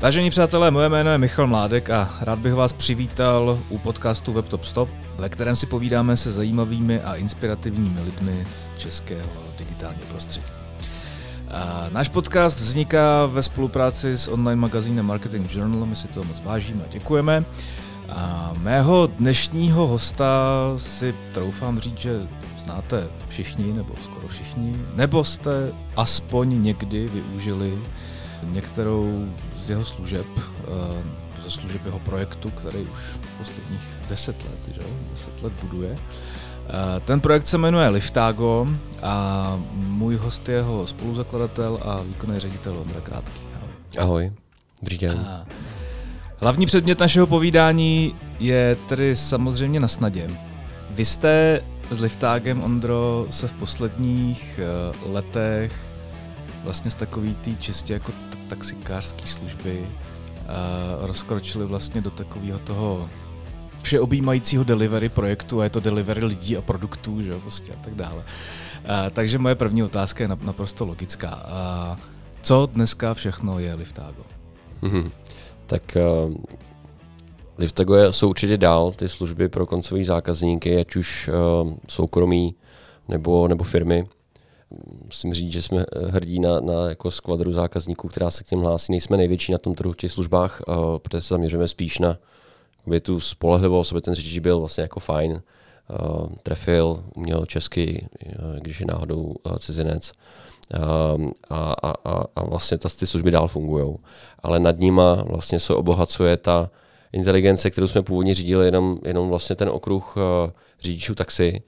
Vážení přátelé, moje jméno je Michal Mládek a rád bych vás přivítal u podcastu WebTop Stop, ve kterém si povídáme se zajímavými a inspirativními lidmi z českého digitálního prostředí. Náš podcast vzniká ve spolupráci s online magazínem Marketing Journal, my si toho moc vážíme a děkujeme. A mého dnešního hosta si troufám říct, že znáte všichni, nebo skoro všichni, nebo jste aspoň někdy využili některou z jeho služeb, ze služeb jeho projektu, který už posledních 10 let buduje. Ten projekt se jmenuje Liftago a můj host je jeho spoluzakladatel a výkonný ředitel Ondra Krátký. Ahoj. Ahoj, dobrý den. Hlavní předmět našeho povídání je tedy samozřejmě na snadě. Vy jste s Liftagem, Ondro, se v posledních letech vlastně z takový tý čistě jako taxikářský služby rozkročili vlastně do takového toho všeobjímajícího delivery projektu, a je to delivery lidí a produktů, že prostě a tak dále. Takže moje první otázka je naprosto logická. Co dneska všechno je Liftago? Tak Liftago jsou určitě dál ty služby pro koncové zákazníky, ať už soukromí nebo firmy. Musím říct, že jsme hrdí na jako skvadru zákazníků, která se k těm hlásí. Nejsme největší na tom trhu v těch službách, protože se zaměřujeme spíš na tu spolehlivost, aby ten řidič byl vlastně jako fajn, trefil, měl česky, když je náhodou cizinec. A vlastně ty služby dál fungují. Ale nad nima vlastně se obohacuje ta inteligence, kterou jsme původně řídili jenom vlastně ten okruh řidičů taxi,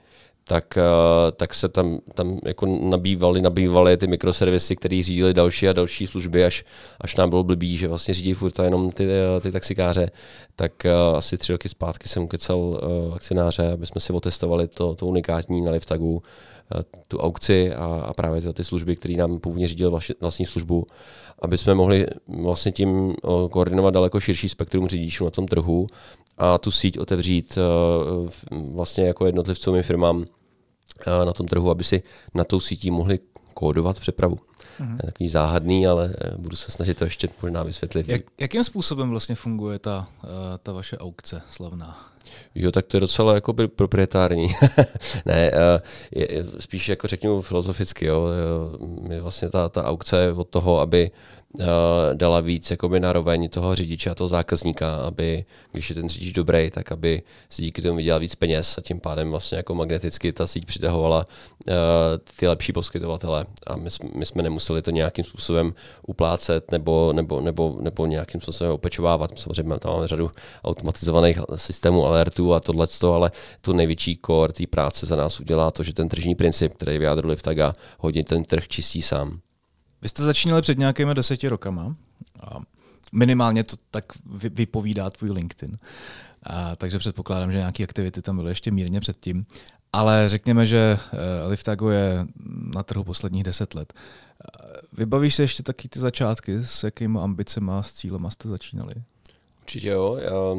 tak se tam jako nabývaly ty mikroservisy, které řídily další a další služby, až nám bylo blbý, že vlastně řídí furt jenom ty taxikáře. Tak asi 3 roky zpátky jsem ukecal akcionáře, aby jsme si otestovali to unikátní na Liftagu, tu aukci a právě ty služby, které nám původně řídily vlastní službu, aby jsme mohli vlastně tím koordinovat daleko širší spektrum řidičů na tom trhu a tu síť otevřít vlastně jako jednotlivcům i firmám na tom trhu, aby si na tou sítí mohli kódovat přepravu. Je takový záhadný, ale budu se snažit to ještě možná vysvětlit. Jakým způsobem vlastně funguje ta vaše aukce slavná? Jo, tak to je docela jako proprietární. Ne, spíš jako řeknu filozoficky. Jo. Vlastně ta aukce je od toho, aby dala víc jakoby na roveň toho řidiče a toho zákazníka, aby, když je ten řidič dobrý, tak aby si díky tomu vydělal víc peněz a tím pádem vlastně jako magneticky ta síť přitahovala ty lepší poskytovatele a my jsme nemuseli to nějakým způsobem uplácet nebo nějakým způsobem opečovávat. Samozřejmě tam máme řadu automatizovaných systémů alertů a tohleto, ale to největší core té práce za nás udělá to, že ten tržní princip, který je v jádru Liftaga, hodně ten trh čistí sám. Vy jste začínali před nějakými 10 rokama. Minimálně to tak vypovídá tvůj LinkedIn. Takže předpokládám, že nějaké aktivity tam byly ještě mírně předtím. Ale řekněme, že Liftago je na trhu posledních 10 let. Vybavíš se ještě taky ty začátky, s jakými ambicemi a s cílema jste začínali? Určitě jo.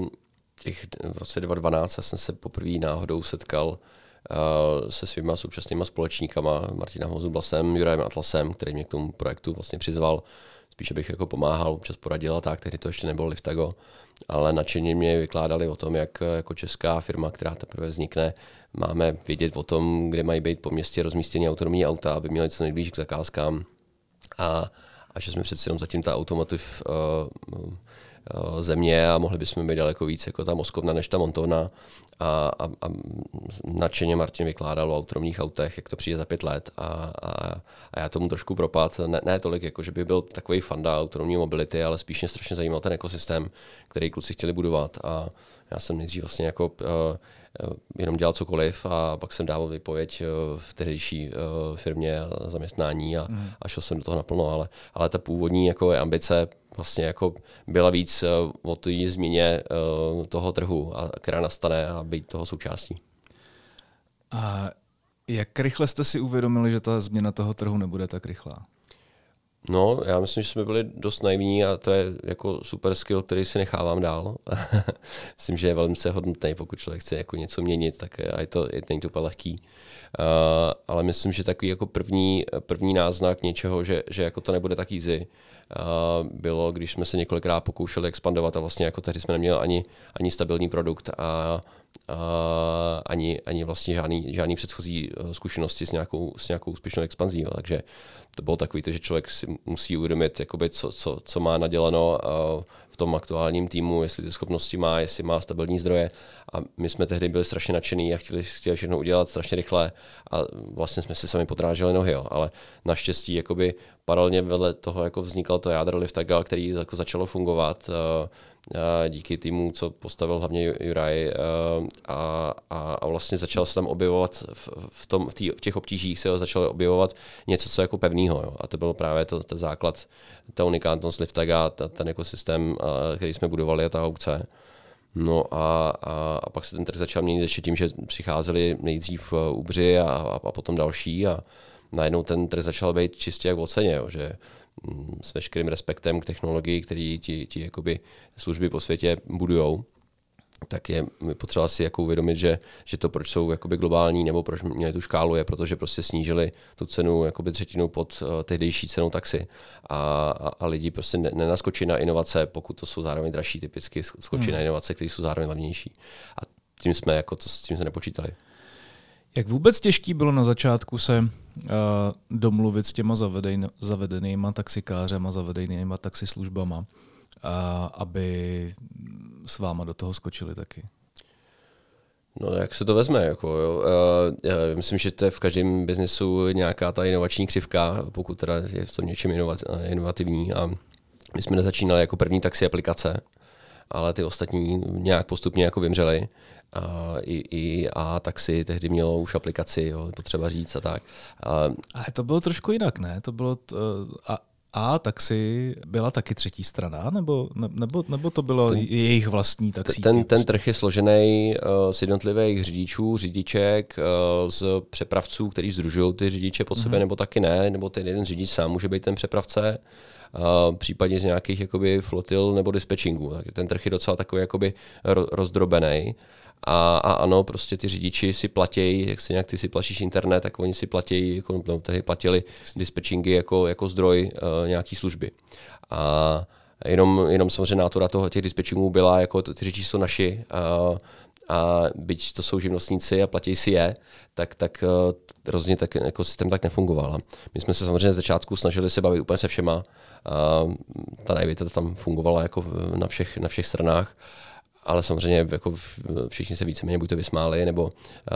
V roce 2012 jsem se poprvé náhodou setkal se svýma současnýma společníkama Martinem Hozublasem, Jurajem Atlasem, který mě k tomu projektu vlastně přizval. Spíš abych jako pomáhal, občas poradil a tak, tehdy to ještě nebylo Liftago, ale nadšeně mě vykládali o tom, jak jako česká firma, která teprve vznikne, máme vědět o tom, kde mají být po městě rozmístěné autonomní auta, aby měli co nejblíž k zakázkám a že jsme přeci jenom zatím ta automotive země a mohli bychom být daleko víc jako ta Moskovna než ta montovna a nadšeně Martin vykládal o autonomních autech, jak to přijde za 5 let a já tomu trošku propad, ne tolik, jako že by byl takový fanda autonomní mobility, ale spíš mě strašně zajímal ten ekosystém, který kluci chtěli budovat a já jsem nejdřív vlastně jako jenom dělal cokoliv a pak jsem dával výpověď v tehdejší firmě zaměstnání a šel jsem do toho naplno, ale ta původní jako ambice vlastně jako byla víc o té změně toho trhu, která nastane a být toho součástí. A jak rychle jste si uvědomili, že ta změna toho trhu nebude tak rychlá? No, já myslím, že jsme byli dost naivní a to je jako super skill, který si nechávám dál. Myslím, že je velmi hodnotný, pokud člověk chce jako něco měnit, tak není to úplně lehký. Ale myslím, že takový jako první náznak něčeho, že jako to nebude tak easy, bylo, když jsme se několikrát pokoušeli expandovat a vlastně jako tehdy jsme neměli ani stabilní produkt a ani vlastně žádný předchozí zkušenosti s nějakou úspěšnou expanzí. Takže to bylo takový, že člověk si musí uvědomit, jakoby, co má naděleno v tom aktuálním týmu, jestli ty schopnosti má, jestli má stabilní zdroje. A my jsme tehdy byli strašně nadšený a chtěli všechno udělat strašně rychle a vlastně jsme si sami podráželi nohy. Jo. Ale naštěstí jakoby, paralelně vedle toho jako vzniklo to jádro Liftaga, který jako začalo fungovat díky týmu, co postavil hlavně Juraj a vlastně začal se tam objevovat v těch obtížích se začalo objevovat něco, co jako pevného. Jo. A to byl právě ten základ, ta unikátnost Liftaga, ten ekosystém, který jsme budovali a ta aukce. No a pak se ten trh začal měnit ještě tím, že přicházeli nejdřív Ubři a potom další a najednou ten trh začal být čistě jak v oceně, jo, že s veškerým respektem k technologii, který ti jakoby služby po světě budujou, tak je potřeba si jako uvědomit, že to, proč jsou jakoby globální nebo proč měli tu škálu, je protože prostě snížili tu cenu jakoby třetinu pod tehdejší cenou taxi a lidi prostě nenaskočí na inovace, pokud to jsou zároveň dražší, typicky skočí na inovace, které jsou zároveň levnější. A tím jsme nepočítali. Jak vůbec těžký bylo na začátku se domluvit s těma zavedenýma taxikářema, zavedenýma taxislužbama, aby s váma do toho skočili taky? No, jak se to vezme? Jako, jo. Já myslím, že to je v každém biznesu nějaká ta inovační křivka, pokud teda je v tom něčem inovativní. A my jsme nezačínali jako první taxi aplikace, ale ty ostatní nějak postupně jako vymřely. A taxi tehdy mělo už aplikaci, jo, potřeba říct a tak. Ale to bylo trošku jinak, ne? To bylo taxi byla taky třetí strana, nebo to bylo jejich vlastní taxíky? Ten trh je složený z jednotlivých řidiček, z přepravců, kteří sdružují ty řidiče pod sebe, nebo taky ne, nebo ten jeden řidič sám může být ten přepravce. Případně z nějakých jakoby flotil nebo dispečingů. Tak ten trh je docela takový jakoby rozdrobený. A ano, prostě ty řidiči si platí, jak se nějak ty si platíš internet, tak oni si platí, jako tehdy platili dispečingy jako zdroj nějaký služby. A jenom samozřejmě nátura těch dispečingů byla, jako ty řidiči jsou naši, a byť to jsou živnostníci a platí si je, tak rozhodně tak jako systém tak nefungoval. My jsme se samozřejmě z začátku snažili se bavit úplně se všema. Ta naivita tam fungovala jako na všech stranách, ale samozřejmě jako všichni se víceméně buď to vysmáli, nebo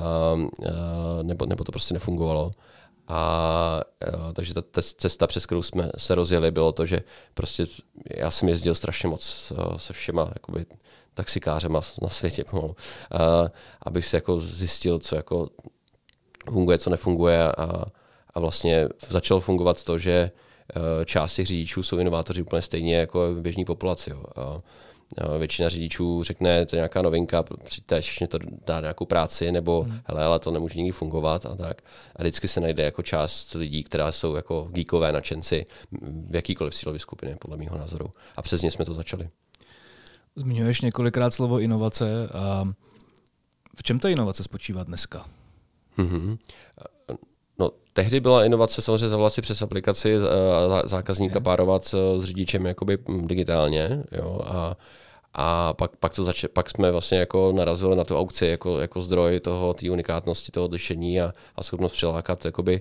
to prostě nefungovalo. Takže ta cesta, přes kterou jsme se rozjeli, bylo to, že prostě já jsem jezdil strašně moc se všema jakoby taxikářema na světě pomalu, abych si jako zjistil, co jako funguje, co nefunguje a vlastně začalo fungovat to, že část těch řidičů jsou inovátoři úplně stejně jako běžní populaci. Jo. Většina řidičů řekne, to je nějaká novinka, přijďte, ještě to dá nějakou práci, nebo hele, ale to nemůže nikdy fungovat a tak. A vždycky se najde jako část lidí, která jsou jako geekové nadšenci v jakýkoliv cílové skupině, podle mého názoru. A přesně jsme to začali. Zmiňuješ několikrát slovo inovace. A v čem ta inovace spočívá dneska? No, tehdy byla inovace samozřejmě zavolat si přes aplikaci zákazníka párovat s řidičem jakoby digitálně, jo, a pak jsme vlastně jako narazili na tu aukci jako zdroj té unikátnosti, toho odlišení a schopnost přilákat jakoby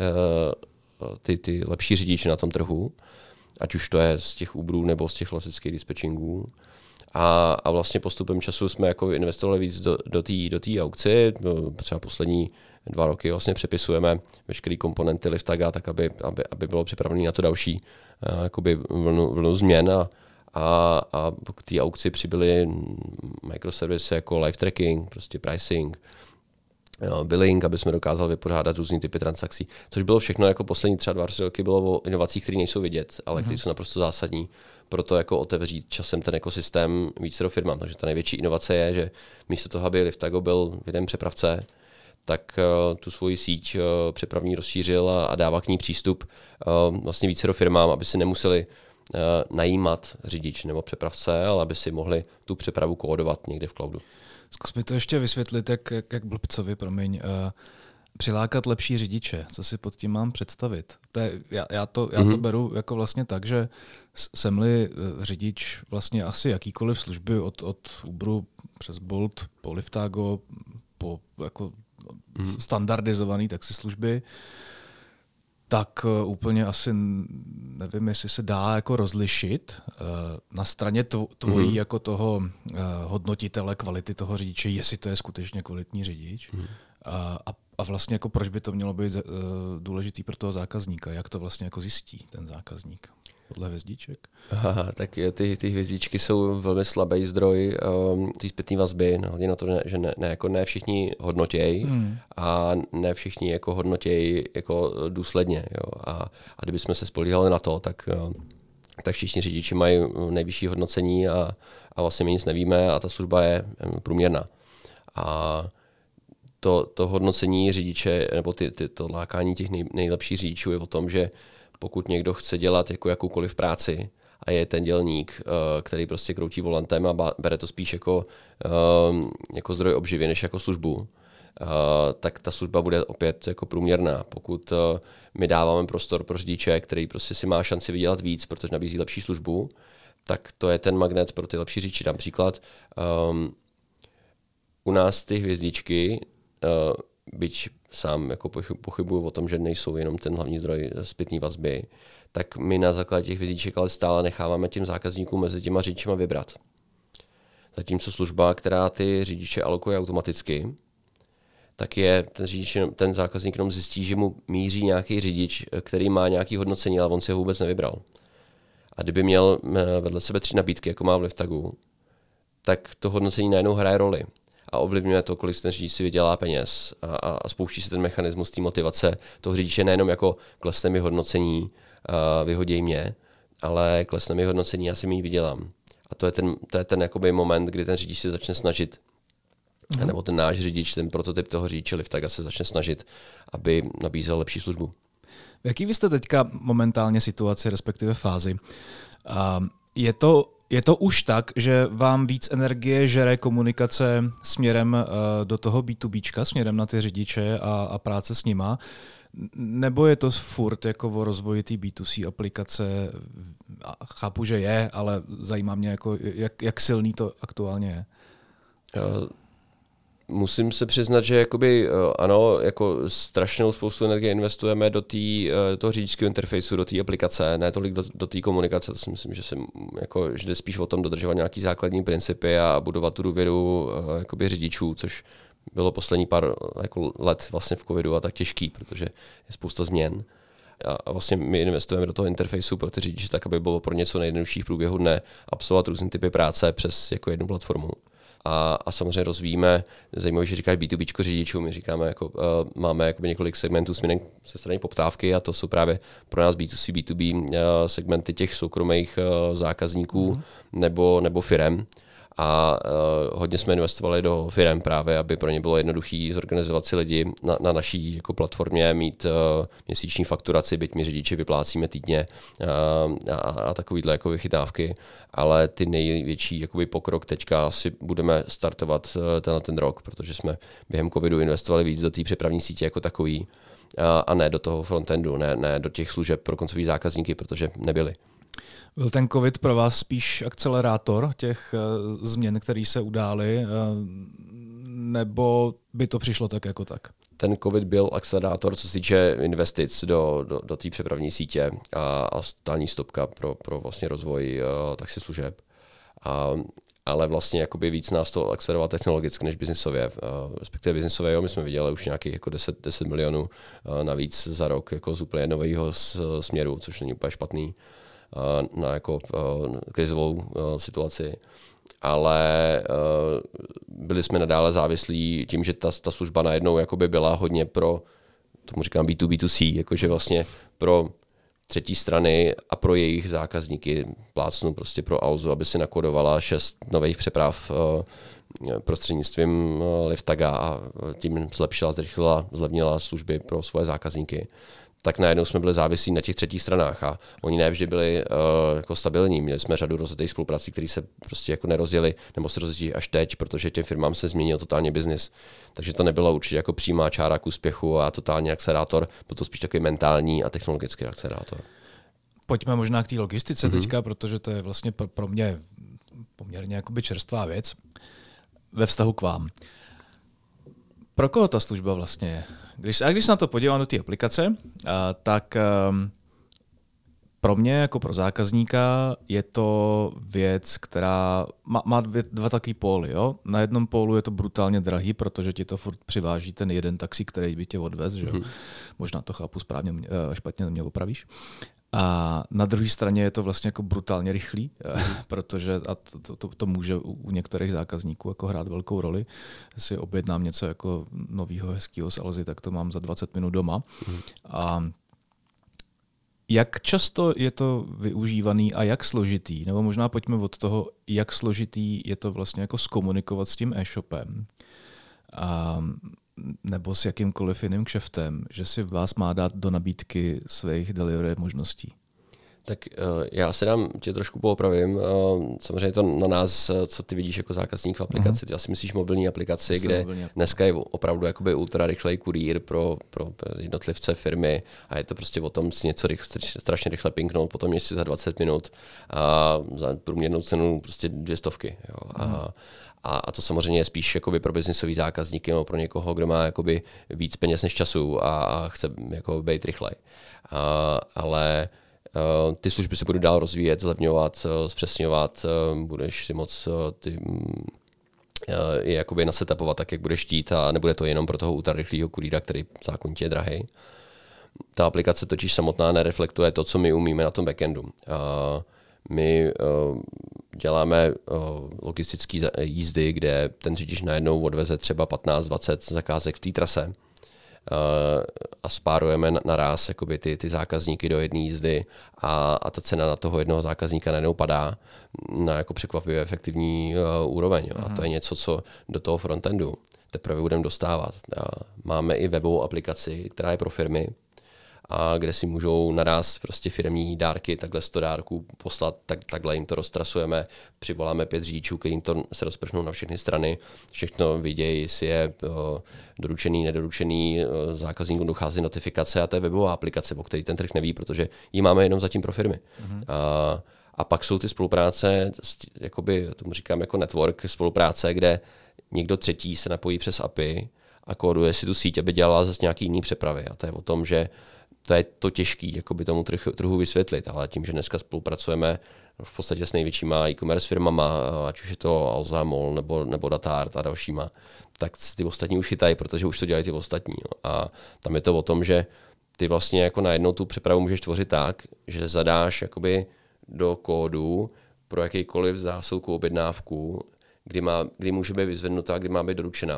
ty lepší řidiče na tom trhu, ať už to je z těch Uberů nebo z těch klasických dispečingů. A vlastně postupem času jsme jako investovali víc do té aukci, třeba poslední 2 roky vlastně přepisujeme veškeré komponenty Liftaga, tak aby bylo připravené na to další jakoby vlnu změn a k té aukci přibyly microservice jako live tracking, prostě pricing, billing, aby jsme dokázali vypořádat různý typy transakcí, což bylo všechno jako poslední třeba 2-3 roky bylo o inovacích, které nejsou vidět, ale které jsou naprosto zásadní pro to jako otevřít časem ten ekosystém více do firmám. Takže ta největší inovace je, že místo toho, aby Liftago byl jeden přepravce, tak tu svoji síť přepravní rozšířil a dává k ní přístup vlastně více do firmám, aby si nemuseli najímat řidič nebo přepravce, ale aby si mohli tu přepravu kódovat někde v cloudu. Zkus mi to ještě vysvětlit, jak blbcovi, přilákat lepší řidiče. Co si pod tím mám představit? Já to beru jako vlastně tak, že jsem-li řidič vlastně asi jakýkoliv služby od Uberu přes Bolt po Liftago po jako standardizovaný taxislužby, tak úplně asi nevím, jestli se dá jako rozlišit na straně tvojí jako toho hodnotitele kvality toho řidiče, jestli to je skutečně kvalitní řidič. A vlastně jako proč by to mělo být důležitý pro toho zákazníka? Jak to vlastně jako zjistí ten zákazník? Podle hvězdiček? Tak ty hvězdičky jsou velmi slabý zdroj té zpětné vazby, hlavně na to, že ne všichni hodnotějí a ne všichni jako hodnotějí jako důsledně. Jo. A kdybychom se spolíhali na to, tak všichni řidiči mají nejvyšší hodnocení a vlastně my nic nevíme a ta služba je průměrná. A to hodnocení řidiče, nebo to lákání těch nejlepších řidičů je o tom, že pokud někdo chce dělat jako jakoukoliv práci a je ten dělník, který prostě kroutí volantem a bere to spíš jako zdroj obživy než jako službu, tak ta služba bude opět jako průměrná. Pokud my dáváme prostor pro řidiče, který prostě si má šanci vydělat víc, protože nabízí lepší službu, tak to je ten magnet pro ty lepší řidiče. Například u nás ty hvězdičky, byť sám jako pochybuju o tom, že nejsou jenom ten hlavní zdroj zpětné vazby, tak my na základě těch hvězdiček ale stále necháváme těm zákazníkům mezi těma řidičema vybrat. Zatímco služba, která ty řidiče alokuje automaticky, tak je ten zákazník jenom zjistí, že mu míří nějaký řidič, který má nějaký hodnocení, ale on si ho vůbec nevybral. A kdyby měl vedle sebe 3 nabídky, jako má v Liftagu, tak to hodnocení najednou hraje roli. A ovlivňuje to, kolik ten řidič si vydělá peněz a spouští se ten mechanismus té motivace toho řidiče nejenom jako klesne mi hodnocení, vyhoděj mě, ale klesne mi hodnocení, já si méně vydělám. A to je ten jakoby moment, kdy ten řidič se začne snažit, nebo ten náš řidič, ten prototyp toho řidiče Liftaga se začne snažit, aby nabízel lepší službu. V jaký vy jste teďka momentálně situaci, respektive fázi? Je to už tak, že vám víc energie žere komunikace směrem do toho B2Bčka, směrem na ty řidiče a práce s nima, nebo je to furt jako o rozvoji té B2C aplikace? Chápu, že je, ale zajímá mě, jako, jak silný to aktuálně je. Musím se přiznat, že jakoby, ano, jako strašnou spoustu energie investujeme do toho řidičského interfejsu, do té aplikace, ne tolik do té komunikace. To si myslím, že jde spíš o tom dodržovat nějaký základní principy a budovat tu důvěru jakoby řidičů, což bylo poslední pár jako let vlastně v covidu a tak těžký, protože je spousta změn. A vlastně my investujeme do toho interfejsu pro ty řidiče tak, aby bylo pro něco nejjednodušší v průběhu dne absolvovat různé typy práce přes jako jednu platformu. A samozřejmě rozvíjíme, zajímavé, že říkáš B2B řidičů, my říkáme, jako, máme jakoby několik segmentů směrem ze strany poptávky a to jsou právě pro nás B2C, B2B segmenty těch soukromých zákazníků nebo firem. A hodně jsme investovali do firem právě, aby pro ně bylo jednoduché zorganizovat si lidi na naší jako platformě, mít měsíční fakturaci, byť my řidiči vyplácíme týdně a takovýhle jako vychytávky. Ale ty největší jakoby pokrok teďka si budeme startovat ten rok, protože jsme během covidu investovali víc do té přepravní sítě jako takový a ne do toho frontendu, ne do těch služeb pro koncový zákazníky, protože nebyly. Byl ten covid pro vás spíš akcelerátor těch změn, které se udály, nebo by to přišlo tak jako tak? Ten covid byl akcelerátor, co se týče investic do té přepravní sítě a stální stopka pro vlastně rozvoj taxislužeb. Ale vlastně jakoby víc nás to akcelerovalo technologicky než biznisově. Respektive biznisově, my jsme viděli už nějakých jako 10 milionů navíc za rok jako z úplně nového směru, což není úplně špatný na jako krizovou situaci. Ale byli jsme nadále závislí tím, že ta služba najednou jakoby byla hodně pro, tomu říkám B2B2C, jakože vlastně pro třetí strany a pro jejich zákazníky plácnu prostě pro Alzu, aby si nakodovala 6 nových přeprav prostřednictvím Liftaga a tím zlepšila, zrychlila, zlevnila služby pro svoje zákazníky, tak najednou jsme byli závislí na těch třetích stranách a oni ne vždy byli jako stabilní. Měli jsme řadu rozjetých spoluprací, které se prostě jako nerozjeli nebo se rozjetí až teď, protože těm firmám se změnil totálně biznis. Takže to nebylo určitě jako přímá čára k úspěchu a totální akcelerátor, byl to spíš takový mentální a technologický akcelerátor. Pojďme možná k té logistice teďka, protože to je vlastně pro mě poměrně jakoby čerstvá věc ve vztahu k vám. Pro koho ta služba vlastně je? Když se na to podívám do té aplikace, tak pro mě jako pro zákazníka je to věc, která má dva takové póly. Jo? Na jednom pólu je to brutálně drahý, protože ti to furt přiváží ten jeden taxi, který by tě odvez. Že jo? Možná to chápu správně, špatně mě opravíš. A na druhé straně je to vlastně jako brutálně rychlý, protože a to může u některých zákazníků jako hrát velkou roli. Jestli objednám něco jako novýho hezkýho z Alzy, tak to mám za 20 minut doma. A jak často je to využívaný a jak složitý? Nebo možná pojďme od toho, jak složitý je to vlastně jako zkomunikovat s tím e-shopem. Nebo s jakýmkoliv jiným kšeftem, že si vás má dát do nabídky svých delivery možností? Tak já se dám tě trošku poopravím. Samozřejmě to na nás, co ty vidíš jako zákazník v aplikaci. Ty asi myslíš mobilní aplikaci, kde dneska je opravdu jakoby ultra rychlej kurýr pro jednotlivce, firmy a je to prostě o tom si něco strašně rychle pinknout, potom si za 20 minut a za průměrnou cenu prostě 200. Jo. A to samozřejmě je spíš jakoby pro biznisový zákazníky nebo pro někoho, kdo má jakoby víc peněz než času a chce jako být rychlej. Ale ty služby se budou dál rozvíjet, zlevňovat, zpřesňovat, budeš si moc je jakoby nasetupovat tak, jak budeš chtít a nebude to jenom pro toho ultra rychlého kurýra, který zákonitě je drahý. Ta aplikace totiž samotná nereflektuje to, co my umíme na tom backendu. My děláme logistické jízdy, kde ten řidič najednou odveze třeba 15-20 zakázek v té trase a spárujeme naraz jakoby ty zákazníky do jedné jízdy a ta cena na toho jednoho zákazníka najednou padá na jako překvapivě efektivní úroveň. A to je něco, co do toho frontendu teprve budeme dostávat. Máme i webovou aplikaci, která je pro firmy, a kde si můžou naraz prostě firemní dárky, takhle 100 dárků poslat, takhle jim to roztrasujeme, přivoláme 5 řidičů, kterým to se rozprchnou na všechny strany, všechno vidějí, jestli je doručený, nedoručený, zákazníkům dochází notifikace a to je webová aplikace, o který ten trh neví, protože ji máme jenom zatím pro firmy. A pak jsou ty spolupráce, jakoby, tomu říkám jako network, spolupráce, kde někdo třetí se napojí přes API a kóduje si tu síť, aby dělala zase nějaký jiný přepravy. A to je o tom, že to je to těžký jakoby tomu trhu vysvětlit, ale tím, že dneska spolupracujeme v podstatě s největšíma e-commerce firmama, ať už je to Alza, MOL nebo Datart a dalšíma, tak ty ostatní už chytají, protože už to dělají ty ostatní. No. A tam je to o tom, že ty vlastně jako najednou tu přepravu můžeš tvořit tak, že zadáš do kódu pro jakýkoliv zásilku, objednávku, kdy může být vyzvednutá, kdy má být doručena.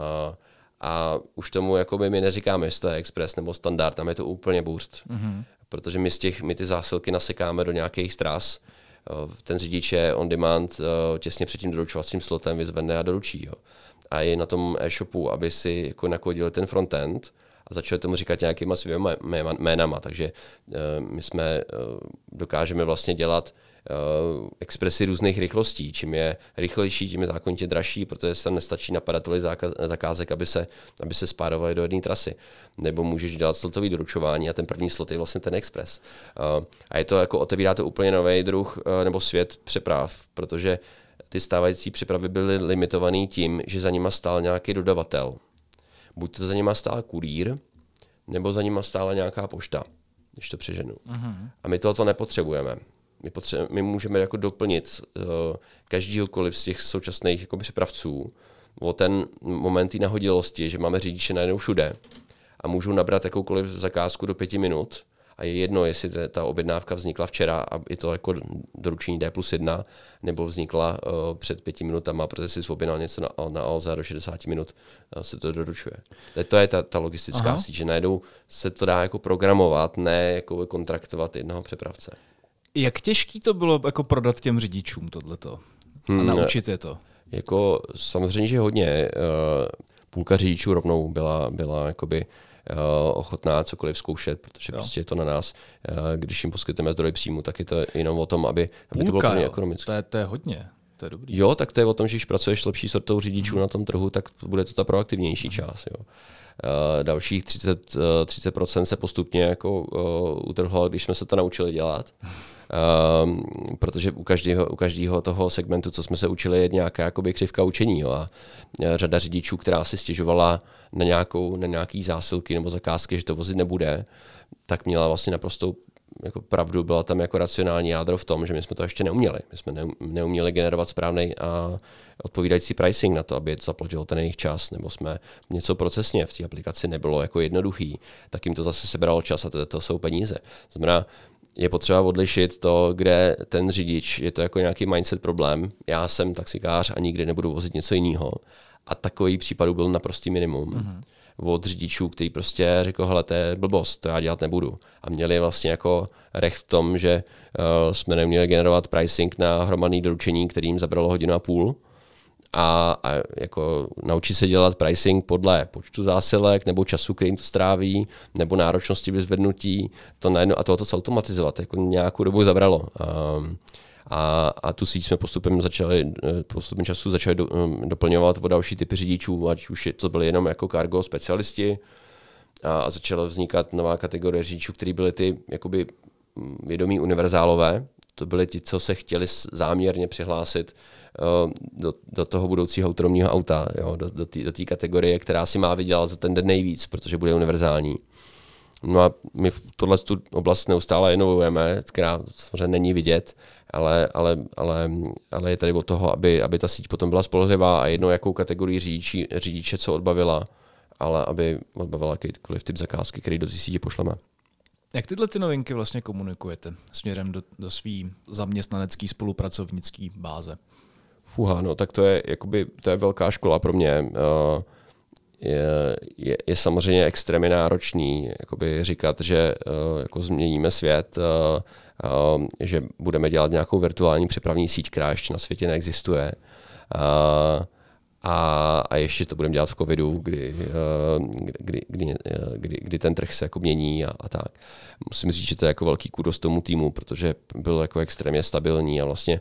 A už tomu jakoby my neříkáme, jestli to je express nebo standard, tam je to úplně burst. Protože my ty zásilky nasekáme do nějakých tras, ten řidič je on demand, těsně před tím doručovacím slotem vyzvedne a doručí. Jo. A je na tom e-shopu, aby si jako nakodili ten frontend a začali tomu říkat nějakýma svými jménama. Takže my dokážeme vlastně dělat expresy různých rychlostí. Čím je rychlejší, tím je zákonitě dražší, protože se tam nestačí napadat tolik zakázek, aby se spárovaly do jedné trasy. Nebo můžeš dělat slotový doručování a ten první slot je vlastně ten expres. A je to jako otevírá to úplně nový druh nebo svět přeprav, protože ty stávající přepravy byly limitované tím, že za nima stál nějaký dodavatel. Buď to za nima stál kurýr, nebo za nima stála nějaká pošta, když to přeženu. A my tohoto nepotřebujeme. My můžeme jako doplnit každýhokoliv z těch současných jako přepravců o ten moment té nahodilosti, že máme řidiče najednou všude a můžou nabrat jakoukoliv zakázku do 5 minut a je jedno, jestli ta objednávka vznikla včera a je to jako doručení D+1, nebo vznikla před 5 minutama, protože si objednal něco na Alze a do 60 minut se to doručuje. To je ta logistická síť, že najednou se to dá jako programovat, ne jako kontraktovat jednoho přepravce. Jak těžký to bylo jako prodat těm řidičům tohleto? A naučit je to? Jako samozřejmě, že hodně. Půlka řidičů rovnou byla jakoby ochotná cokoliv zkoušet, protože prostě je to na nás. Když jim poskytujeme zdroj příjmu, tak je to jenom o tom, aby to bylo plně ekonomické. To je hodně. To je dobrý. Jo, tak to je o tom, že když pracuješ s lepší sortou řidičů na tom trhu, tak bude to ta proaktivnější část. Jo. Dalších 30% se postupně jako utrhlo, když jsme se to naučili dělat. Protože u každého toho segmentu, co jsme se učili, je nějaká jakoby křivka učení. Jo. A řada řidičů, která si stěžovala na nějaký zásilky nebo zakázky, že to vozit nebude, tak měla vlastně naprostou jako pravdu, byla tam jako racionální jádro v tom, že my jsme to ještě neuměli. My jsme neuměli generovat správný a odpovídající pricing na to, aby to zaplatilo ten jejich čas, nebo jsme něco procesně v té aplikaci nebylo jako jednoduchý, tak jim to zase sebralo čas a to jsou peníze. Znamená, je potřeba odlišit to, kde ten řidič, je to jako nějaký mindset problém, já jsem taxikář a nikdy nebudu vozit něco jiného. A takový případů byl naprostý minimum. Od řidičů, který prostě řekl, hele, to je blbost, to já dělat nebudu. A měli vlastně jako recht v tom, že jsme neměli generovat pricing na hromadné doručení, který jim zabralo 1,5 hodiny. A jako naučit se dělat pricing podle počtu zásilek nebo času, který to stráví, nebo náročnosti vyzvednutí, to najednou, a tohoto se automatizovat, jako nějakou dobu zabralo. A tu síť jsme postupem času začali doplňovat o další typy řidičů, ať už to byly jenom jako cargo specialisti a začala vznikat nová kategorie řidičů, kteří byli ty jakoby vědomí univerzálové. To byli ti, co se chtěli záměrně přihlásit do toho budoucího autonomního auta, jo, do té kategorie, která si má vydělat za ten den nejvíc, protože bude univerzální. No a my v tuhle oblast neustále inovujeme, která samozřejmě není vidět, ale je tady od toho, aby ta síť potom byla spolehlivá a jednou jakou kategorii řidiče co odbavila, ale aby odbavila jakýkoliv typ zakázky, který do té sítě pošleme. Jak tyhle ty novinky vlastně komunikujete směrem do svý zaměstnanecký spolupracovnický báze? Fuha, no tak to je velká škola pro mě. Je samozřejmě extrémně náročný jakoby říkat, že jako změníme svět, že budeme dělat nějakou virtuální přepravní síť, která ještě na světě neexistuje. A ještě to budeme dělat v covidu, kdy ten trh se jako mění a tak. Musím říct, že to je jako velký kudos tomu týmu, protože byl jako extrémně stabilní a vlastně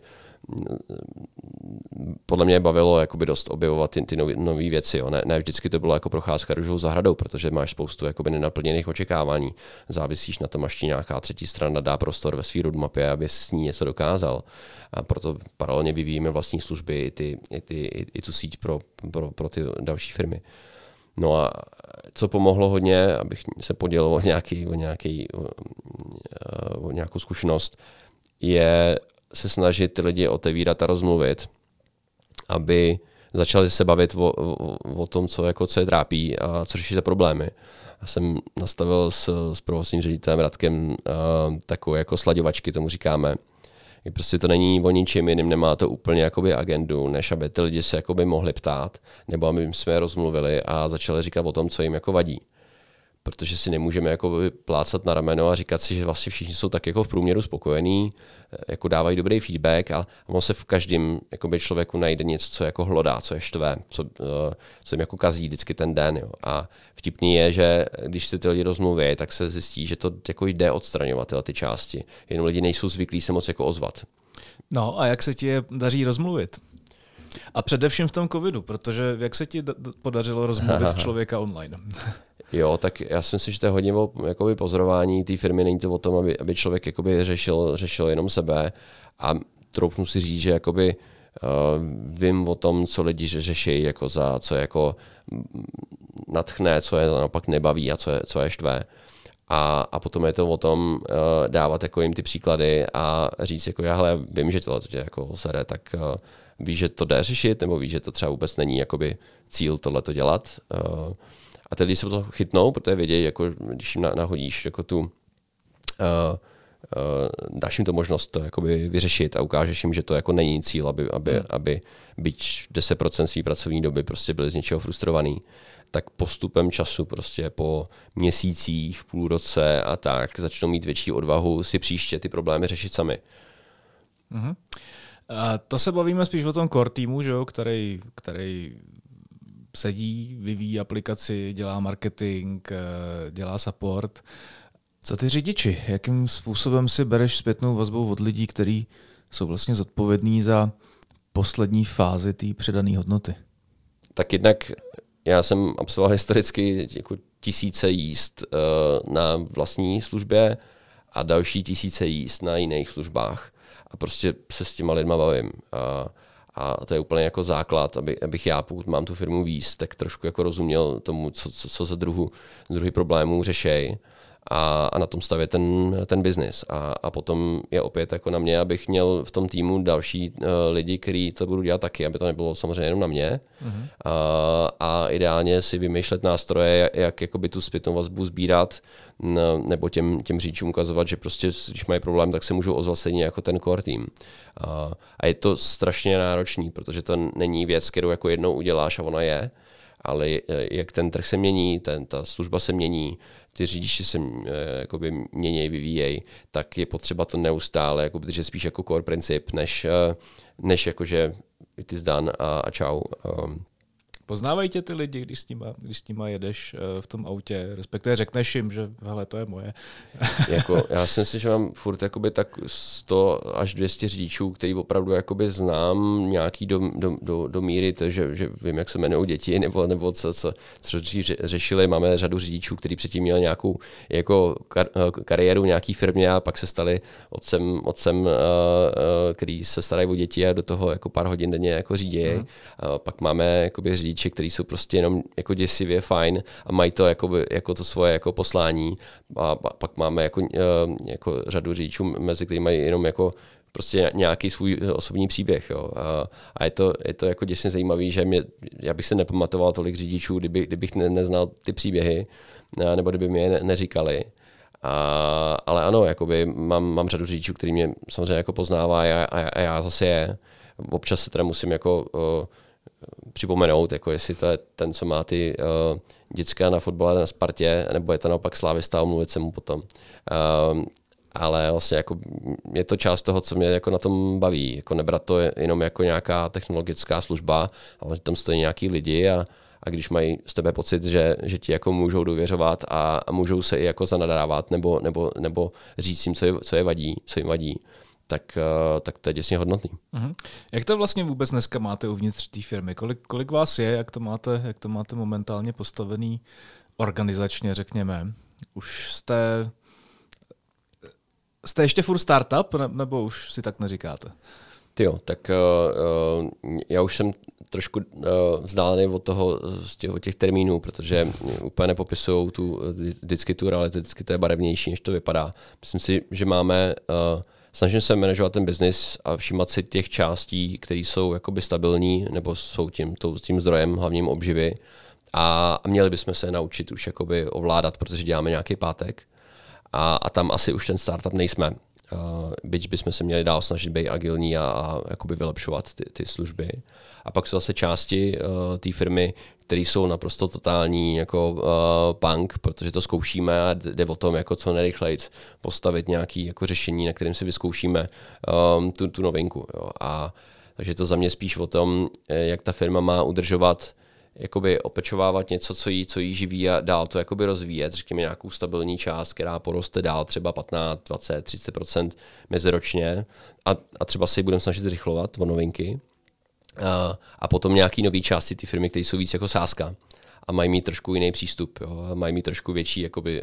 podle mě bavilo jakoby dost objevovat ty nové věci. Jo. Ne vždycky to bylo jako procházka růžovou zahradou, protože máš spoustu jakoby nenaplněných očekávání. Závisíš na tom, až ti nějaká třetí strana dá prostor ve své roadmapě, aby s ní něco dokázal. A proto paralelně vyvíjíme vlastní služby i tu síť pro ty další firmy. No a co pomohlo hodně, abych se podělil o nějakou zkušenost, je se snažit ty lidi otevírat a rozmluvit, aby začali se bavit o tom, co je trápí a co řeší za problémy. Já jsem nastavil s provozním ředitelem Radkem takovou jako slaďovačky, tomu říkáme. Prostě to není o ničem jiným, nemá to úplně jakoby agendu, než aby ty lidi se jakoby mohli ptát, nebo aby jsme rozmluvili a začali říkat o tom, co jim jako vadí. Protože si nemůžeme jako plácat na rameno a říkat si, že vlastně všichni jsou tak jako v průměru spokojení, jako dávají dobrý feedback a on se v každém člověku najde něco, co jako hlodá, co je štve, co jim jako kazí vždycky ten den. Jo. A vtipný je, že když si ty lidi rozmluví, tak se zjistí, že to jako jde odstraňovat ty části. Jenom lidi nejsou zvyklí se moc jako ozvat. No a jak se ti je daří rozmluvit? A především v tom covidu, protože jak se ti podařilo rozmluvit člověka online? Jo, tak já si myslím, že to je hodně o pozorování té firmy, není to o tom, aby člověk jakoby řešil jenom sebe a troufnu si říct, že jakoby, vím o tom, co lidi řeší, jako co jako nadchne, co je naopak nebaví a co je štve. A potom je to o tom dávat jako jim ty příklady a říct, jako já vím, že tohle tě jako sere, tak víš, že to jde řešit, nebo víš, že to třeba vůbec není jakoby cíl tohleto dělat. A ty lidi se to chytnou, protože vědějí, jako, když jim nahodíš jako dáš jim to možnost to jakoby vyřešit a ukážeš jim, že to jako není cíl, aby byť 10% své pracovní doby prostě byli z něčeho frustrovaný, tak postupem času prostě po měsících, půl roce a tak začnou mít větší odvahu si příště ty problémy řešit sami. Mm-hmm. A to se bavíme spíš o tom core týmu, že jo, který sedí, vyvíjí aplikaci, dělá marketing, dělá support. Co ty řidiči? Jakým způsobem si bereš zpětnou vazbu od lidí, kteří jsou vlastně zodpovědní za poslední fázi té předané hodnoty? Tak jednak já jsem absolvoval historicky jako tisíce jízd na vlastní službě a další tisíce jízd na jiných službách. A prostě se s těma lidma bavím. A to je úplně jako základ, abych já, pokud mám tu firmu víc, tak trošku jako rozuměl tomu, co za druhý problémů řešej a na tom stavět ten biznis. A potom je opět jako na mě, abych měl v tom týmu další lidi, kteří to budou dělat taky, aby to nebylo samozřejmě jenom na mě. Mm-hmm. A ideálně si vymýšlet nástroje, jak jakoby tu zpětnou vazbu sbírat, nebo těm řidičům ukazovat, že prostě, když mají problém, tak se můžou ozvat stejně jako ten core tým. A je to strašně náročný, protože to není věc, kterou jako jednou uděláš a ona je, ale jak ten trh se mění, ta služba se mění, ty řidiči se jakoby měnějí, vyvíjejí, tak je potřeba to neustále, jako, protože spíš jako core princip, než jakože ty zdán a čau. Poznávají tě ty lidi, když s nima jedeš v tom autě, respektive řekneš jim, že hele, to je moje. Jako, já si myslím, že mám furt jakoby tak 100 až 200 řidičů, který opravdu jakoby znám nějaký do míry, že vím, jak se jmenují děti, nebo co řešili. Máme řadu řidičů, kteří předtím měli nějakou jako kariéru v nějaký firmě a pak se stali otcem, který se starají o děti a do toho jako pár hodin denně jako řídějí. Pak máme jakoby řidiči, kteří jsou prostě jenom jako děsivě fajn a mají to jako to svoje jako poslání. A pak máme jako řadu řidičů, mezi kterými mají jenom jako prostě nějaký svůj osobní příběh. Jo. A je to jako děsně zajímavý, že já bych se nepamatoval tolik řidičů, kdybych neznal ty příběhy, nebo kdyby mi je neříkali. Ale ano, jakoby mám řadu řidičů, který mě samozřejmě jako poznává a já zase je. Občas se teda musím jako připomenout, jako jestli to je ten, co má ty děcka na fotbale na Spartě, nebo je to naopak slávista, omluvit se mu potom. Ale vlastně jako je to část toho, co mě jako na tom baví. Jako nebrat to jenom jako nějaká technologická služba, ale tam stojí nějaký lidi a když mají z tebe pocit, že ti jako můžou důvěřovat a můžou se i jako zanadávat nebo říct jim, co jim vadí, tak to je děsně hodnotný. Uh-huh. Jak to vlastně vůbec dneska máte uvnitř té firmy? Kolik vás je? Jak to máte momentálně postavený organizačně, řekněme? Už jste ještě furt startup, nebo už si tak neříkáte? Jo, tak já už jsem trošku vzdálený od těch termínů, protože úplně nepopisují vždycky tu realitu, vždycky to je barevnější, než to vypadá. Myslím si, že snažím se manažovat ten biznis a všímat si těch částí, které jsou jakoby stabilní nebo jsou tím zdrojem hlavním obživy a měli bychom se naučit už jakoby ovládat, protože děláme nějaký pátek a tam asi už ten startup nejsme. Byť bychom se měli dál snažit být agilní a jakoby vylepšovat ty služby. A pak jsou zase části té firmy, které jsou naprosto totální jako punk, protože to zkoušíme a jde o tom, jako co nejrychleji postavit nějaké jako řešení, na kterém si vyzkoušíme tu novinku. Jo. Takže to za mě spíš o tom, jak ta firma má udržovat, jakoby opečovávat něco, co jí živí a dál to jakoby rozvíjet, řekněme nějakou stabilní část, která poroste dál třeba 15, 20, 30% meziročně a třeba se ji budeme snažit zrychlovat o novinky. A potom nějaký nový části ty firmy, které jsou víc jako sázka a mají mít trošku jiný přístup, jo? Mají mít trošku větší jakoby,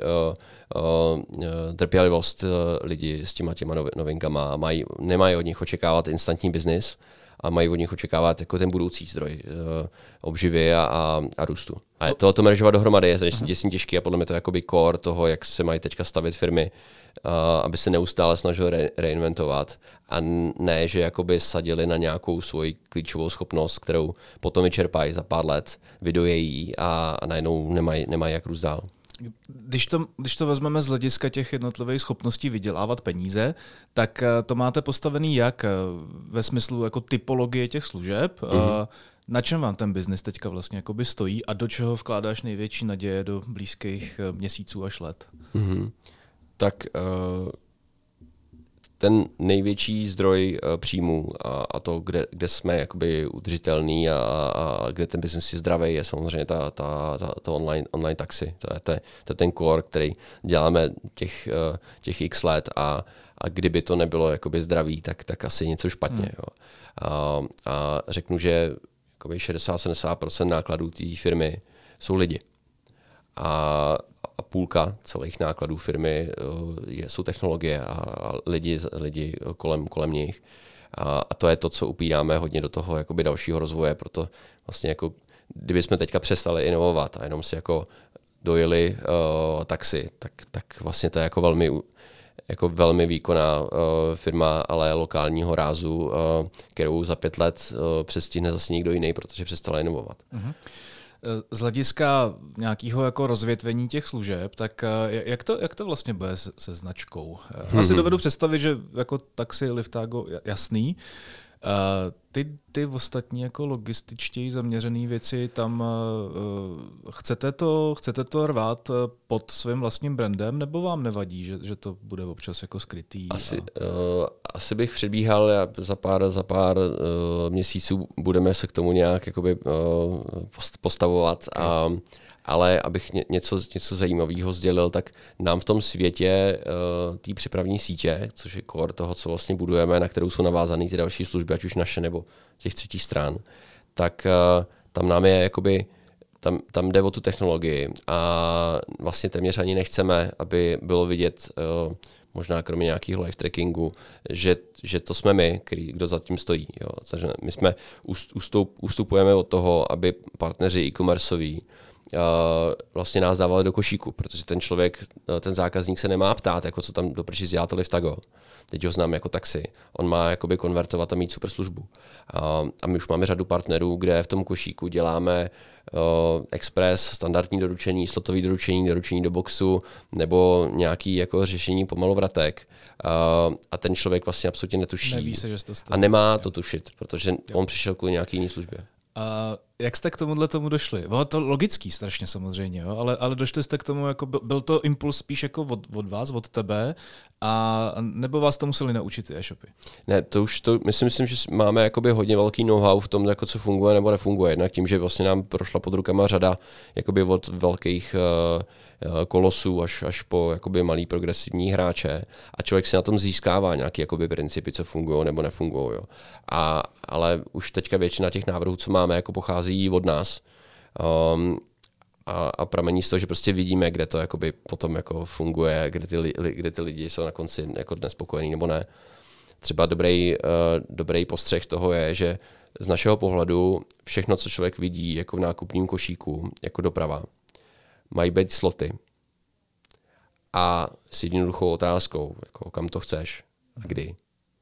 trpělivost lidi s těma novinkama, nemají od nich očekávat instantní biznis a mají od nich očekávat jako ten budoucí zdroj obživy a růstu. A to manažovat dohromady je děsně těžké a podle mě to je jakoby core toho, jak se mají teďka stavit firmy, aby se neustále snažili reinventovat a ne, že jakoby sadili na nějakou svoji klíčovou schopnost, kterou potom vyčerpají za pár let, vydojejí a najednou nemají jak růst dál. Když to vezmeme z hlediska těch jednotlivých schopností vydělávat peníze, tak to máte postavený jak ve smyslu jako typologie těch služeb, na čem vám ten biznis teďka vlastně jakoby stojí a do čeho vkládáš největší naděje do blízkých měsíců až let? Tak ten největší zdroj příjmů a to, kde jsme jakoby udržitelný a kde ten business je zdravý, je samozřejmě to online taxi. To je ten core, který děláme těch x let a kdyby to nebylo jakoby zdravý, tak asi něco špatně. Jo. A řeknu, že 60-70% nákladů té firmy jsou lidi. A půlka celých nákladů firmy jsou technologie a lidi kolem nich. A to je to, co upíráme hodně do toho jakoby dalšího rozvoje, proto vlastně jako, kdybychom teďka přestali inovovat a jenom si jako dojeli taxi, tak vlastně to je jako velmi výkonná firma, ale lokálního rázu, kterou za 5 let přestihne zase někdo jiný, protože přestala inovovat. Mm-hmm. Z hlediska nějakého jako rozvětvení těch služeb, tak jak to vlastně bude se značkou? Já si dovedu představit, že jako taxi, Liftago, jasný. Ty ostatní jako logističtěji zaměřené věci, tam chcete to rvát pod svým vlastním brandem, nebo vám nevadí, že to bude občas jako skrytý? Asi bych předbíhal, za pár měsíců budeme se k tomu nějak jakoby, postavovat, ale abych něco zajímavého sdělil, tak nám v tom světě té přepravní sítě, což je core toho, co vlastně budujeme, na kterou jsou navázané ty další služby, ať už naše nebo těch třetích stran, tak tam nám je jakoby, tam jde o tu technologii a vlastně téměř ani nechceme, aby bylo vidět, možná kromě nějakého live trackingu, že to jsme my, kdo za tím stojí. Jo. Takže my jsme ustupujeme od toho, aby partneři e-commerceoví vlastně nás dávali do košíku, protože ten zákazník se nemá ptát, jako co tam do prčic dělá to Liftago. Teď ho znám jako taxi. On má jakoby konvertovat a mít super službu. A my už máme řadu partnerů, kde v tom košíku děláme express, standardní doručení, slotový doručení do boxu nebo nějaký jako řešení pomalovratek. A ten člověk vlastně absolutně netuší. Neví se, že to a nemá to tušit, protože on přišel kvůli nějaký jiný službě. Jak jste k tomu došli? Bylo to logický strašně samozřejmě, jo? Ale došli jste k tomu, jako byl to impuls spíš jako od vás, od tebe, a nebo vás to museli naučit ty e-shopy? Ne, myslím, že máme jakoby hodně velký know-how v tom, jako co funguje nebo nefunguje. Jednak tím, že vlastně nám prošla pod rukama řada jakoby od velkých kolosů až po jakoby malý progresivní hráče a člověk si na tom získává nějaké jakoby principy, co fungují nebo nefungují. Ale už teďka většina těch návrhů, co máme, jako pochází od nás. A pramení z toho, že prostě vidíme, kde to jakoby potom jako funguje, kde ty lidi jsou na konci jako nespokojení nebo ne. Třeba dobrý postřeh toho je, že z našeho pohledu všechno, co člověk vidí jako v nákupním košíku, jako doprava, mají být sloty. A s jednoduchou otázkou, jako kam to chceš a kdy.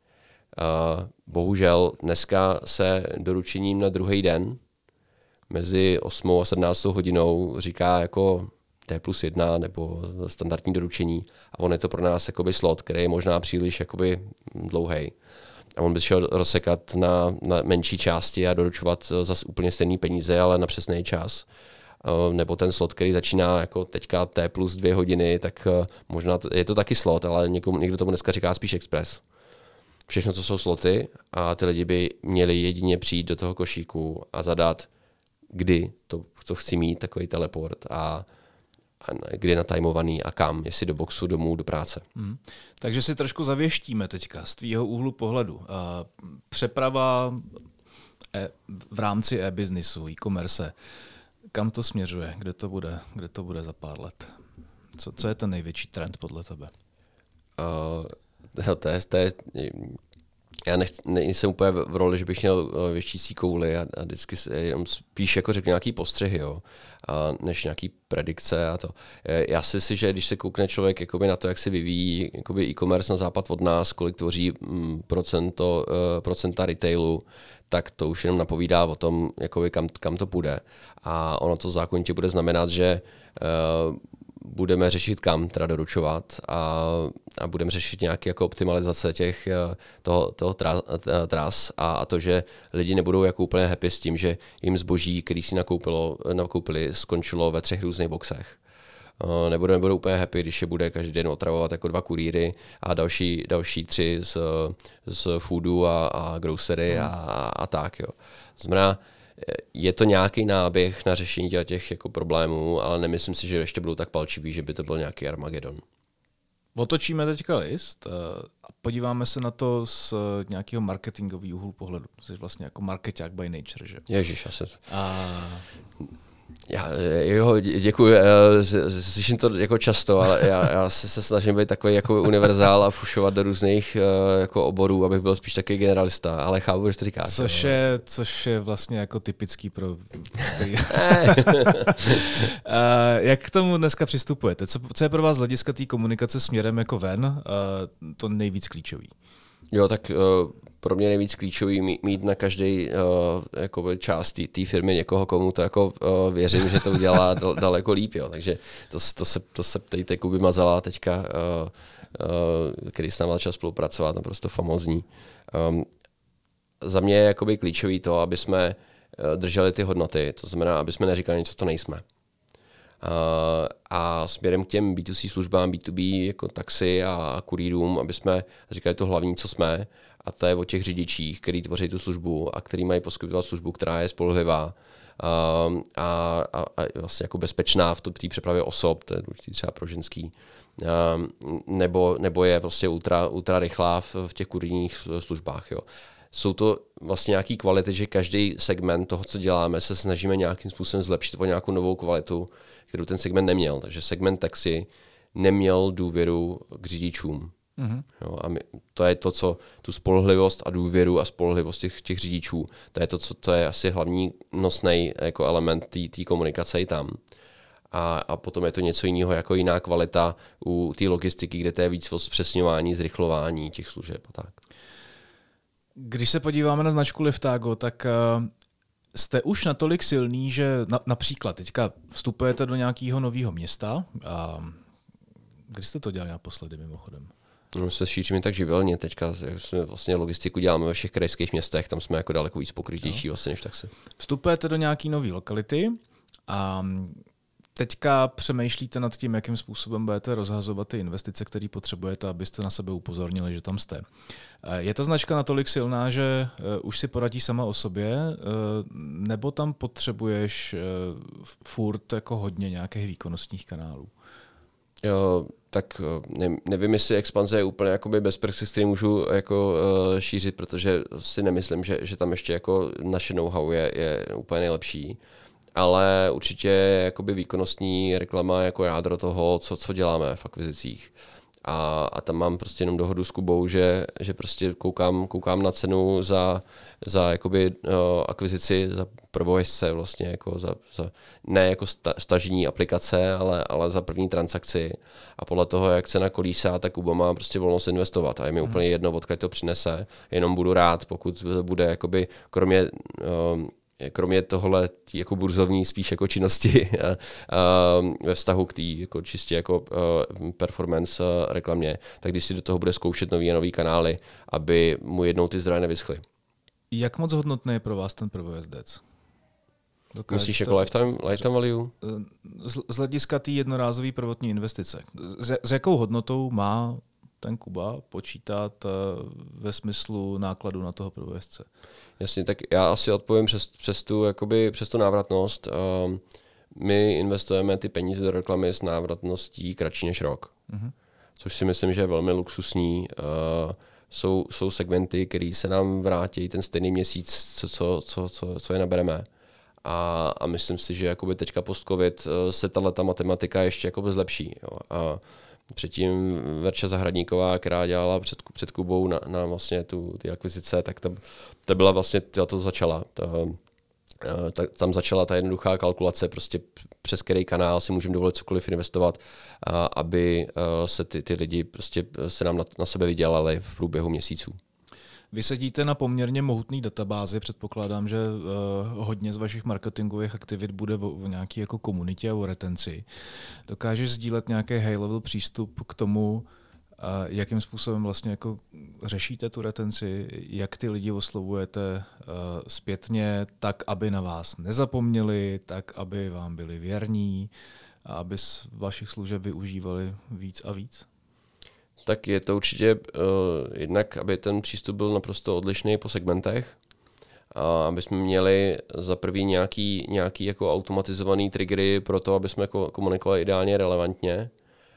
Bohužel dneska se doručením na druhý den mezi 8 a 17 hodinou říká jako D+1 nebo standardní doručení a on je to pro nás jakoby slot, který je možná příliš jakoby dlouhej. A on by šel rozsekat na menší části a doručovat zase úplně stejný peníze, ale na přesný čas. Nebo ten slot, který začíná jako teďka T+2 hodiny, tak možná je to taky slot, ale někdo tomu dneska říká spíš express. Všechno, co jsou sloty a ty lidi by měli jedině přijít do toho košíku a zadat, kdy to chci mít, takový teleport a kdy natajmovaný a kam, jestli do boxu, domů, do práce. Takže si trošku zavěštíme teďka z tvýho úhlu pohledu. Přeprava v rámci e-businessu, e-commerce, kam to směřuje? Kde to bude za pár let? Co je ten největší trend podle tebe? Já nejsem úplně v roli, že bych měl věštící kouli a vždycky jenom spíš jako řekl nějaký postřehy, jo, než nějaký predikce a to. Já si myslím, že když se koukne člověk jakoby na to, jak se vyvíjí jakoby e-commerce na západ od nás, kolik tvoří procenta retailu, tak to už jenom napovídá o tom, jakoby kam to půjde. A ono to zákonitě bude znamenat, že budeme řešit, kam teda doručovat a budeme řešit nějaké jako optimalizace toho tras a to, že lidi nebudou jako úplně happy s tím, že jim zboží, který si nakoupili, skončilo ve 3 různých boxech. nebudou úplně happy, když je bude každý den otravovat jako 2 kurýry a další 3 z foodu a grocery a tak. Jo. Znamená, je to nějaký náběh na řešení těch jako problémů, ale nemyslím si, že ještě budou tak palčiví, že by to byl nějaký Armagedon. Otočíme teďka list a podíváme se na to z nějakého marketingového úhlu pohledu. Jsi vlastně jako marketák by nature, že? Ježiš, děkuji, slyším to jako často, ale já se snažím být takový jako univerzál a fušovat do různých jako oborů, abych byl spíš takový generalista, ale chápu, že to říkáš. Což je vlastně jako typický pro... Jak k tomu dneska přistupujete? Co je pro vás z hlediska té komunikace směrem jako ven to nejvíc klíčový? Jo, tak pro mě nejvíc klíčový mít na každý jako část té firmy někoho, komu to jako věřím, že to udělá daleko líp. Jo. Takže to se ptejte Kuby Mazala teďka, který s námi začal spolupracovat, naprosto famózní. Za mě je jakoby klíčový to, aby jsme drželi ty hodnoty, to znamená, aby jsme neříkali něco, co nejsme. A směrem k těm B2C službám, B2B, jako taxi a kurýrům, aby jsme říkali to hlavní, co jsme, a to je o těch řidičích, který tvoří tu službu a který mají poskytovat službu, která je spolehlivá a vlastně jako bezpečná v té přepravě osob, to je důležitý třeba pro ženský, nebo je vlastně ultra rychlá v těch kurýrních službách. Jo. Jsou to vlastně nějaké kvality, že každý segment toho, co děláme, se snažíme nějakým způsobem zlepšit o nějakou novou kvalitu, kterou ten segment neměl. Takže segment taxi neměl důvěru k řidičům. Mm-hmm. Jo, a to je to, co tu spolehlivost a důvěru a spolehlivost těch řidičů, to je to, co to je asi hlavní nosný jako element té komunikace i tam. A potom je to něco jiného, jako jiná kvalita u té logistiky, kde to je víc o zpřesňování, zrychlování těch služeb a tak. Když se podíváme na značku Liftago, tak jste už natolik silný, že například teďka vstupujete do nějakého nového města. A kdy jste to dělali naposledy mimochodem? No, se šíříme tak živelně. Teďka jsme vlastně logistiku děláme ve všech krajských městech, tam jsme jako daleko víc pokrytější vlastně než taxi. Vstupujete do nějaké nové lokality a teďka přemýšlíte nad tím, jakým způsobem budete rozhazovat ty investice, které potřebujete, abyste na sebe upozornili, že tam jste. Je ta značka natolik silná, že už si poradí sama o sobě, nebo tam potřebuješ furt jako hodně nějakých výkonnostních kanálů? Jo, tak nevím, jestli expanze je úplně jakoby bez praxe, s kterým můžu jako šířit, protože si nemyslím, že tam ještě jako naše know-how je úplně nejlepší. Ale určitě jakoby výkonnostní reklama jako jádro toho, co děláme v akvizicích. A tam mám prostě jenom dohodu s Kubou, že prostě koukám na cenu za jakoby akvizici, za prvojezdce vlastně, jako za ne jako stažení aplikace, ale za první transakci. A podle toho, jak cena kolísá, tak Kuba má prostě volnost investovat. A je mi úplně jedno, odkud to přinese. Jenom budu rád, pokud bude jakoby kromě tohle jako burzovní spíš jako činnosti ve vztahu k té jako čistě jako performance reklamě, tak když si do toho bude zkoušet nový kanály, aby mu jednou ty zdroje nevyschly. Jak moc hodnotný je pro vás ten prvojezdec? Myslíš jako lifetime value? Z hlediska té jednorázové prvotní investice. S jakou hodnotou má ten Kuba počítat ve smyslu nákladu na toho prvojezdce? Jasně, tak já asi odpovím přes tu návratnost. My investujeme ty peníze do reklamy s návratností kratší než rok. Mm-hmm. Což si myslím, že je velmi luxusní. Jsou segmenty, které se nám vrátí ten stejný měsíc, co je nabereme. A myslím si, že jakoby teďka post-covid se tato matematika ještě jakoby zlepší. Jo. A předtím Verča Zahradníková, která dělala před Kubou na vlastně ty akvizice, tak ta byla vlastně, to začala. Tam začala ta jednoduchá kalkulace, prostě přes který kanál si můžeme dovolit cokoliv investovat, aby se ty lidi prostě se nám na sebe vydělali v průběhu měsíců. Vy sedíte na poměrně mohutný databázi, předpokládám, že hodně z vašich marketingových aktivit bude v nějaké jako komunitě a o retenci. Dokážeš sdílet nějaký high-level přístup k tomu, jakým způsobem vlastně jako řešíte tu retenci, jak ty lidi oslovujete zpětně, tak, aby na vás nezapomněli, tak, aby vám byli věrní, a aby vašich služeb využívali víc a víc? Tak je to určitě jednak, aby ten přístup byl naprosto odlišný po segmentech, a aby jsme měli za prvý nějaký jako automatizovaný triggery pro to, aby jsme komunikovali ideálně relevantně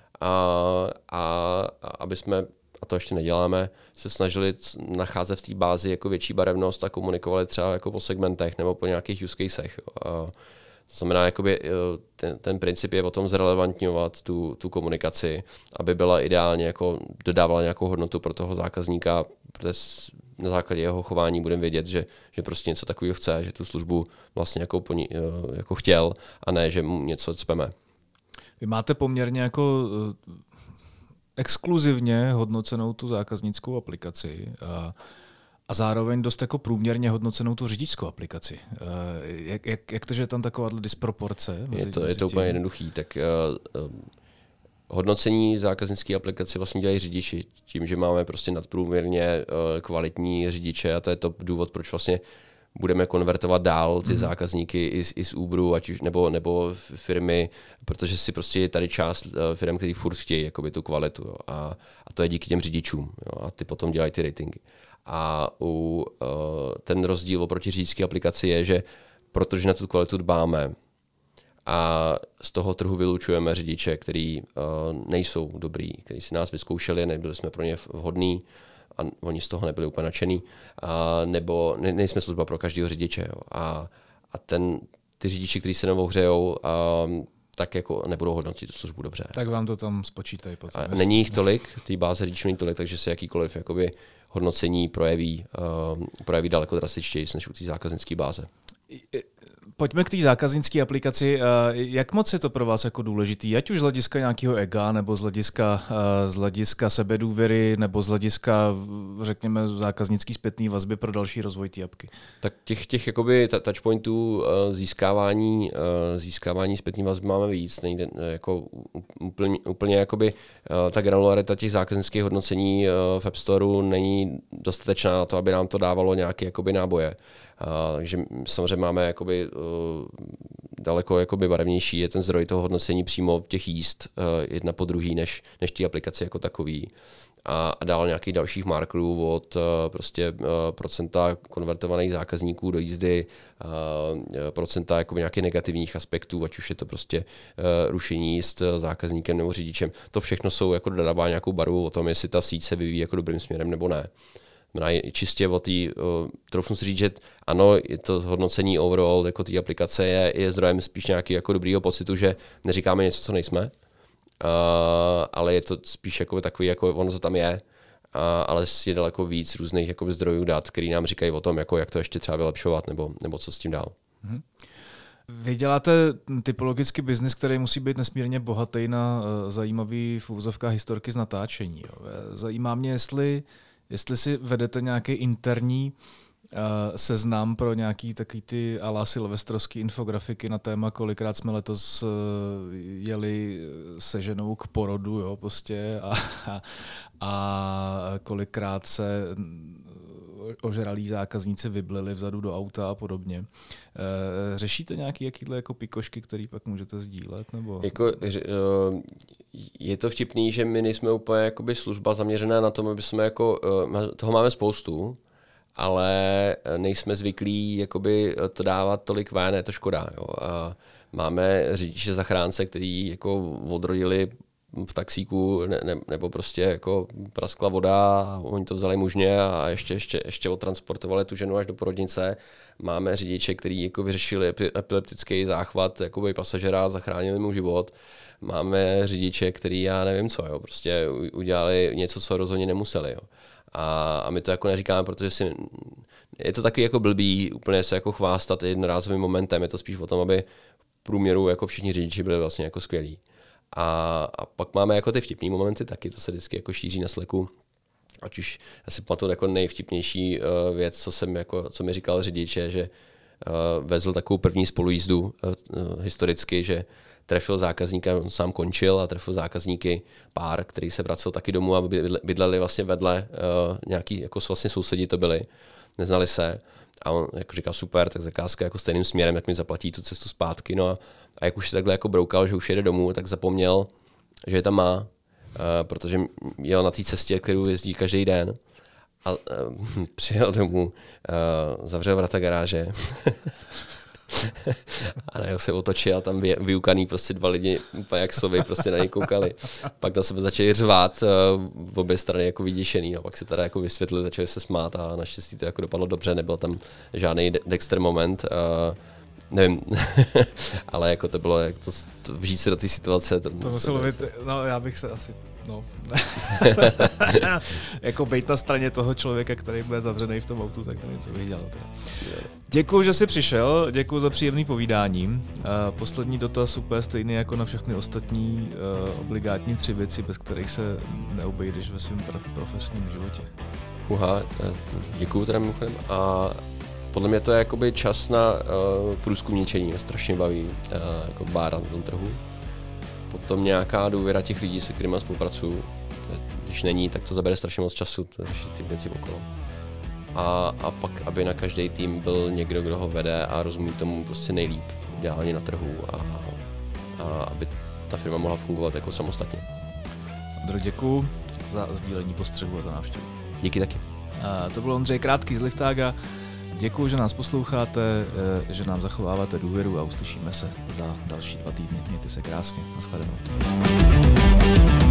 a aby jsme, a to ještě neděláme, se snažili nacházet v té bázi jako větší barevnost a komunikovali třeba jako po segmentech nebo po nějakých use casech. To znamená, jakoby, ten princip je o tom zrelevantňovat tu komunikaci, aby byla ideálně, jako dodávala nějakou hodnotu pro toho zákazníka, protože na základě jeho chování budeme vědět, že prostě něco takového chce, že tu službu vlastně jako chtěl a ne, že mu něco cpeme. Vy máte poměrně jako exkluzivně hodnocenou tu zákaznickou aplikaci a zároveň dost jako průměrně hodnocenou tu řidičskou aplikaci. Jak to, že je tam takováhle disproporce? Je to úplně jednoduchý. Tak hodnocení zákaznické aplikace vlastně dělají řidiči. Tím, že máme prostě nadprůměrně kvalitní řidiče a to je to důvod, proč vlastně budeme konvertovat dál ty zákazníky i z Uberu, ať už, nebo firmy, protože si prostě je tady část firm, který furt chtějí jakoby tu kvalitu. Jo. A to je díky těm řidičům. Jo. A ty potom dělají ty ratingy. A ten rozdíl oproti řidičské aplikaci je, že protože na tu kvalitu dbáme a z toho trhu vylučujeme řidiče, který nejsou dobrý, který si nás vyzkoušeli, nebyli jsme pro ně vhodní a oni z toho nebyli úplně nadšený, nebo nejsme služba pro každého řidiče. Jo. A ty řidiči, kteří se neohřejou, tak jako nebudou hodnotit tu službu dobře. Tak vám to tam spočítají potom. Není jich tolik, té báze řidičů není tolik, takže se jakýkoliv jakoby hodnocení projeví daleko drastičtěji než u té zákaznické báze. Pojďme k té zákaznické aplikaci. Jak moc je to pro vás jako důležitý? Ať už z hlediska nějakého ega, nebo z hlediska sebedůvěry, nebo z hlediska, řekněme, zákaznické zpětné vazby pro další rozvoj té apky? Tak těch jakoby touchpointů získávání zpětné vazby máme víc. Nejde, jako úplně jakoby ta granularita těch zákaznických hodnocení v App Storeu není dostatečná na to, aby nám to dávalo nějaké jakoby náboje. Takže samozřejmě máme jakoby, daleko jakoby barevnější je ten zdroj toho hodnocení přímo těch jízd jedna po druhý, než ty aplikace jako takový. A dál nějakých dalších markerů od prostě procenta konvertovaných zákazníků do jízdy, procenta jakoby nějakých negativních aspektů, ať už je to prostě rušení jízd zákazníkem nebo řidičem. To všechno jsou jako dodává nějakou barvu o tom, jestli ta síť se vyvíjí jako dobrým směrem nebo ne. Čistě o té, troufnu si říct, že ano, je to hodnocení overall jako té aplikace je zdrojem spíš nějaký jako dobrýho pocitu, že neříkáme něco, co nejsme, ale je to spíš jako takový, jako ono to tam je, ale je daleko víc různých jakoby zdrojů dat, který nám říkají o tom, jako jak to ještě třeba vylepšovat nebo co s tím dál. Vy děláte typologicky biznis, který musí být nesmírně bohatý na zajímavý v úvozovkách historky z natáčení. Jo. Zajímá mě, jestli si vedete nějaký interní seznam pro nějaký takový ty à la silvestrovský infografiky na téma, kolikrát jsme letos jeli se ženou k porodu, jo, prostě, a kolikrát se ožralí zákazníci vyblili vzadu do auta a podobně. Řešíte jakýhle jako pikošky, který pak můžete sdílet? Nebo? Je to vtipný, že my nejsme úplně jakoby služba zaměřená na tom, aby jsme jako, toho máme spoustu, ale nejsme zvyklí jakoby to dávat tolik ven, je to škoda. Jo. A máme řidiče zachránce, který jako odrodili v taxíku nebo prostě jako praskla voda a oni to vzali mužně a ještě odtransportovali tu ženu až do porodnice. Máme řidiče, který jako vyřešili epileptický záchvat jakoby pasažera a zachránili mu život. Máme řidiče, který já nevím co, jo, prostě udělali něco, co rozhodně nemuseli. Jo. A my to jako neříkáme, protože je to taky jako blbý úplně se jako chvástat jednorázovým momentem, je to spíš o tom, aby v průměru jako všichni řidiči byli vlastně jako skvělí. A pak máme jako ty vtipný momenty taky, to se vždycky jako šíří na Slacku. Ať už já si pamatuju jako nejvtipnější věc, co mi říkal řidiče, že vezl takovou první spolujízdu historicky, že trefil zákazníka, on sám končil a trefil zákazníky pár, který se vracel taky domů a bydleli vlastně vedle, nějaký jako vlastně sousedi to byli, neznali se A on jako říkal, super, tak zakázka jako stejným směrem, jak mi zaplatí tu cestu zpátky. No a jak už se takhle jako broukal, že už jede domů, tak zapomněl, že je tam má, protože jel na té cestě, kterou jezdí každý den. A přijel domů, zavřel vrata garáže a najednou se otočil a tam vyukaný prostě 2 lidi úplně jak sovy, prostě na něj koukali. Pak na sebe začali řvát v obě strany jako vyděšený, no. Pak se teda jako vysvětlili, začali se smát a naštěstí to jako dopadlo dobře, nebyl tam žádný Dexter moment. Nevím, ale jako to bylo, jak to vžít se do té situace. To muselo být, no já bych se asi, jako bejt na straně toho člověka, který bude zavřený v tom autu, tak to něco udělal. Děkuju, že jsi přišel, děkuju za příjemné povídání. Poslední dotaz úplně stejný jako na všechny ostatní obligátní 3 věci, bez kterých se neobejdeš ve svém profesním životě. Děkuju teda mimochodem. A podle mě to je jakoby čas na průzkumničení, mě strašně baví jako bárat na tom trhu. Potom nějaká důvěra těch lidí, se kterými spolupracuju. Když není, tak to zabere strašně moc času, řešit ty věci okolo. A pak, aby na každý tým byl někdo, kdo ho vede a rozumí tomu prostě nejlíp, ideálně na trhu a aby ta firma mohla fungovat jako samostatně. Ondro, děkuju za sdílení postřehu a za návštěvu. Díky taky. To byl Ondřej Krátký z Liftaga. Děkuju, že nás posloucháte, že nám zachováváte důvěru a uslyšíme se za další 2 týdny. Mějte se krásně. Naschledanou.